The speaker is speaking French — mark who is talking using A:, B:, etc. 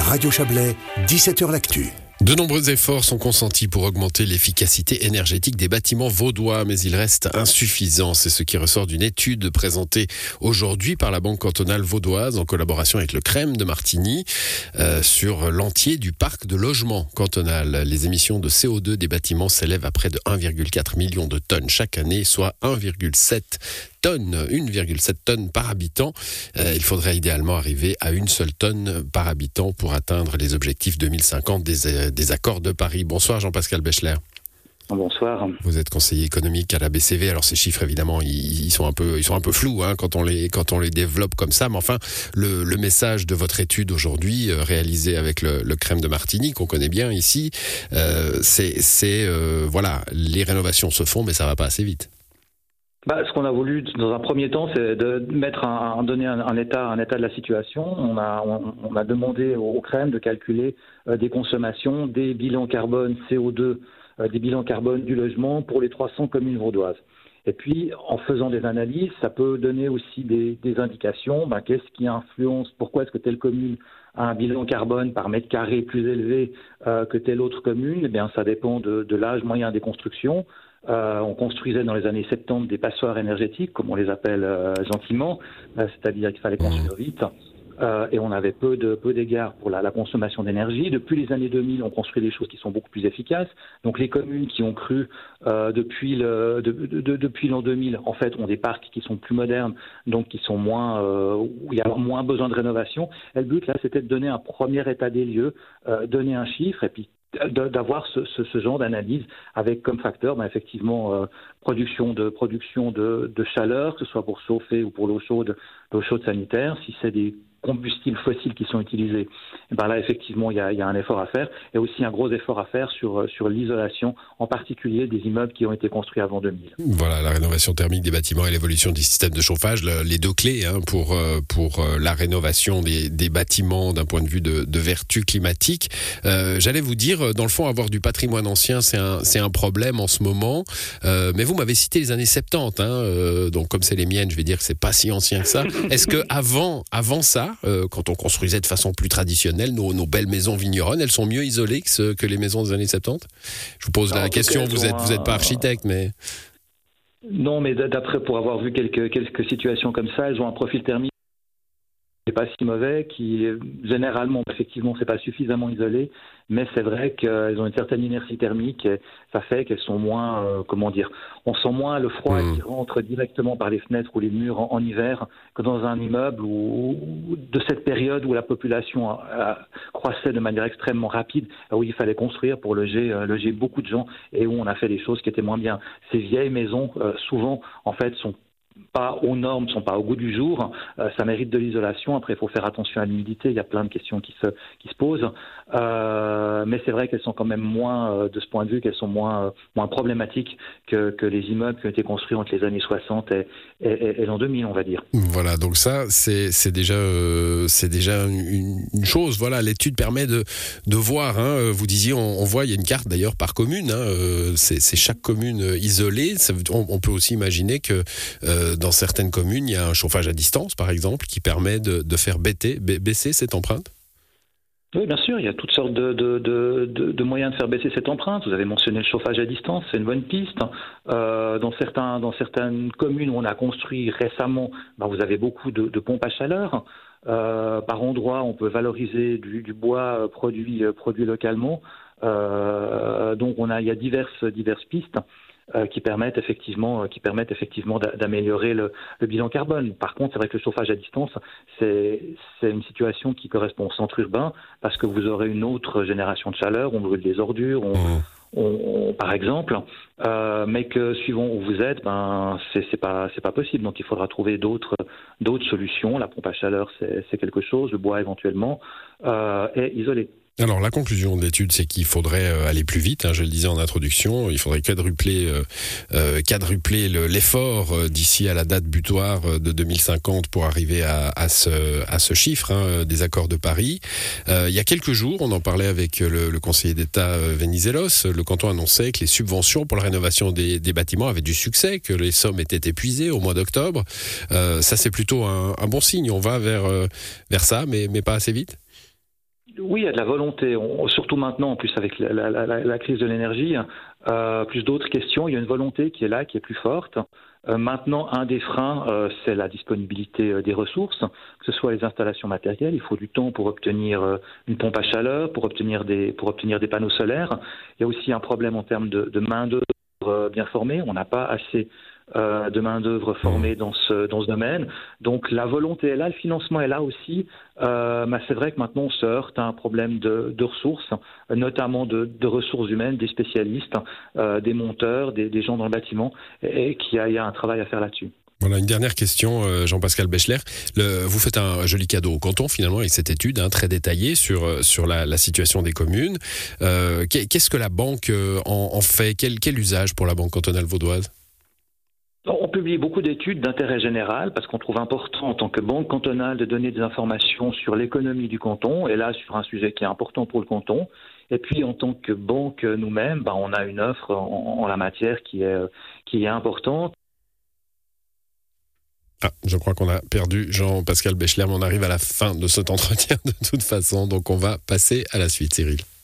A: Radio Chablais, 17h l'actu.
B: De nombreux efforts sont consentis pour augmenter l'efficacité énergétique des bâtiments vaudois, mais il reste insuffisant. C'est ce qui ressort d'une étude présentée aujourd'hui par la Banque cantonale vaudoise en collaboration avec le CREM de Martigny sur l'entier du parc de logement cantonal. Les émissions de CO2 des bâtiments s'élèvent à près de 1,4 million de tonnes chaque année, soit 1,7 tonnes par habitant. Il faudrait idéalement arriver à une seule tonne par habitant pour atteindre les objectifs 2050 des accords de Paris. Bonsoir Jean-Pascal Bechler.
C: Bonsoir.
B: Vous êtes conseiller économique à la BCV. Alors ces chiffres évidemment ils sont un peu flous quand on les développe comme ça. Mais enfin le message de votre étude aujourd'hui réalisée avec le CREM de Martigny qu'on connaît bien ici, c'est les rénovations se font mais ça va pas assez vite.
C: Ce qu'on a voulu dans un premier temps, c'est de donner un état de la situation. On a demandé au CREM de calculer des consommations, des bilans carbone CO2, des bilans carbone du logement pour les 300 communes vaudoises. Et puis, en faisant des analyses, ça peut donner aussi des indications. Qu'est-ce qui influence, pourquoi est-ce que telle commune a un bilan carbone par mètre carré plus élevé que telle autre commune? Eh bien, ça dépend de l'âge moyen des constructions. On construisait dans les années 70 des passoires énergétiques, comme on les appelle gentiment, c'est-à-dire qu'il fallait construire vite. Et on avait peu d'égards pour la consommation d'énergie. Depuis les années 2000, on construit des choses qui sont beaucoup plus efficaces. Donc les communes qui ont cru depuis l'an 2000, en fait, ont des parcs qui sont plus modernes, donc qui sont où il y a moins besoin de rénovation. Et le but là, c'était de donner un premier état des lieux, donner un chiffre, et puis d'avoir ce genre d'analyse avec comme facteur effectivement production de chaleur, que ce soit pour chauffer ou pour l'eau chaude sanitaire. Si c'est des combustibles fossiles qui sont utilisés, là effectivement il y a un effort à faire, et aussi un gros effort à faire sur l'isolation, en particulier des immeubles qui ont été construits avant 2000.
B: Voilà, la rénovation thermique des bâtiments et l'évolution du système de chauffage, les deux clés pour la rénovation des bâtiments d'un point de vue de vertu climatique. J'allais vous dire, dans le fond, avoir du patrimoine ancien, c'est un problème en ce moment, mais vous m'avez cité les années 70, donc comme c'est les miennes, je vais dire que c'est pas si ancien que ça. Est-ce que avant ça, quand on construisait de façon plus traditionnelle, nos belles maisons vigneronnes, elles sont mieux isolées que les maisons des années 70 ? Je vous pose la question, vous êtes pas architecte, mais...
C: Non, mais d'après, pour avoir vu quelques situations comme ça, elles ont un profil thermique qui n'est pas si mauvais, qui généralement, effectivement, c'est pas suffisamment isolé, mais c'est vrai qu'elles ont une certaine inertie thermique, et ça fait qu'elles sont moins, on sent moins le froid qui rentre directement par les fenêtres ou les murs en hiver que dans un immeuble de cette période où la population croissait de manière extrêmement rapide, où il fallait construire pour loger beaucoup de gens, et où on a fait des choses qui étaient moins bien. Ces vieilles maisons, souvent, en fait, sont pas aux normes, sont pas au goût du jour. Ça mérite de l'isolation. Après, il faut faire attention à l'humidité. Il y a plein de questions qui se posent. Mais c'est vrai qu'elles sont quand même moins, de ce point de vue, qu'elles sont moins problématiques que les immeubles qui ont été construits entre les années 60 et l'an 2000, on va dire.
B: Voilà. Donc ça, c'est déjà une chose. Voilà. L'étude permet de voir, vous disiez, on voit, il y a une carte d'ailleurs par commune, c'est chaque commune isolée. On peut aussi imaginer que, dans certaines communes, il y a un chauffage à distance, par exemple, qui permet de faire baisser cette empreinte.
C: Oui, bien sûr, il y a toutes sortes de moyens de faire baisser cette empreinte. Vous avez mentionné le chauffage à distance, c'est une bonne piste. Dans certaines communes où on a construit récemment, vous avez beaucoup de pompes à chaleur. Par endroits, on peut valoriser du bois produit localement. Donc il y a diverses pistes qui permettent effectivement d'améliorer le bilan carbone. Par contre, c'est vrai que le chauffage à distance, c'est une situation qui correspond au centre urbain, parce que vous aurez une autre génération de chaleur, on brûle des ordures, par exemple, mais que suivant où vous êtes, c'est pas possible. Donc il faudra trouver d'autres solutions. La pompe à chaleur, c'est quelque chose, le bois éventuellement, et isolé.
B: Alors la conclusion de l'étude, c'est qu'il faudrait aller plus vite, je le disais en introduction, il faudrait quadrupler l'effort d'ici à la date butoir de 2050 pour arriver à ce chiffre des accords de Paris. Il y a quelques jours, on en parlait avec le conseiller d'État Venizelos, le canton annonçait que les subventions pour la rénovation des bâtiments avaient du succès, que les sommes étaient épuisées au mois d'octobre. Ça, c'est plutôt un bon signe, on va vers ça, mais pas assez vite.
C: Oui, il y a de la volonté, surtout maintenant, en plus avec la crise de l'énergie, plus d'autres questions, il y a une volonté qui est là, qui est plus forte. Maintenant, un des freins, c'est la disponibilité des ressources, que ce soit les installations matérielles. Il faut du temps pour obtenir une pompe à chaleur, pour obtenir des panneaux solaires. Il y a aussi un problème en termes de main-d'œuvre bien formée. On n'a pas assez de main-d'œuvre formée dans ce domaine. Donc la volonté est là, le financement est là aussi. Mais c'est vrai que maintenant on se heurte à un problème de ressources, notamment de ressources humaines, des spécialistes, des monteurs, des gens dans le bâtiment, et qu'il y a un travail à faire là-dessus.
B: Voilà, une dernière question, Jean-Pascal Bechler. Vous faites un joli cadeau au canton, finalement, avec cette étude très détaillée sur la situation des communes. Qu'est-ce que la banque en fait ? Quel usage pour la Banque cantonale vaudoise ?
C: On publie beaucoup d'études d'intérêt général parce qu'on trouve important en tant que banque cantonale de donner des informations sur l'économie du canton, et là sur un sujet qui est important pour le canton. Et puis en tant que banque nous-mêmes, on a une offre en la matière qui est importante.
B: Je crois qu'on a perdu Jean-Pascal Bechler, mais on arrive à la fin de cet entretien de toute façon, donc on va passer à la suite, Cyril.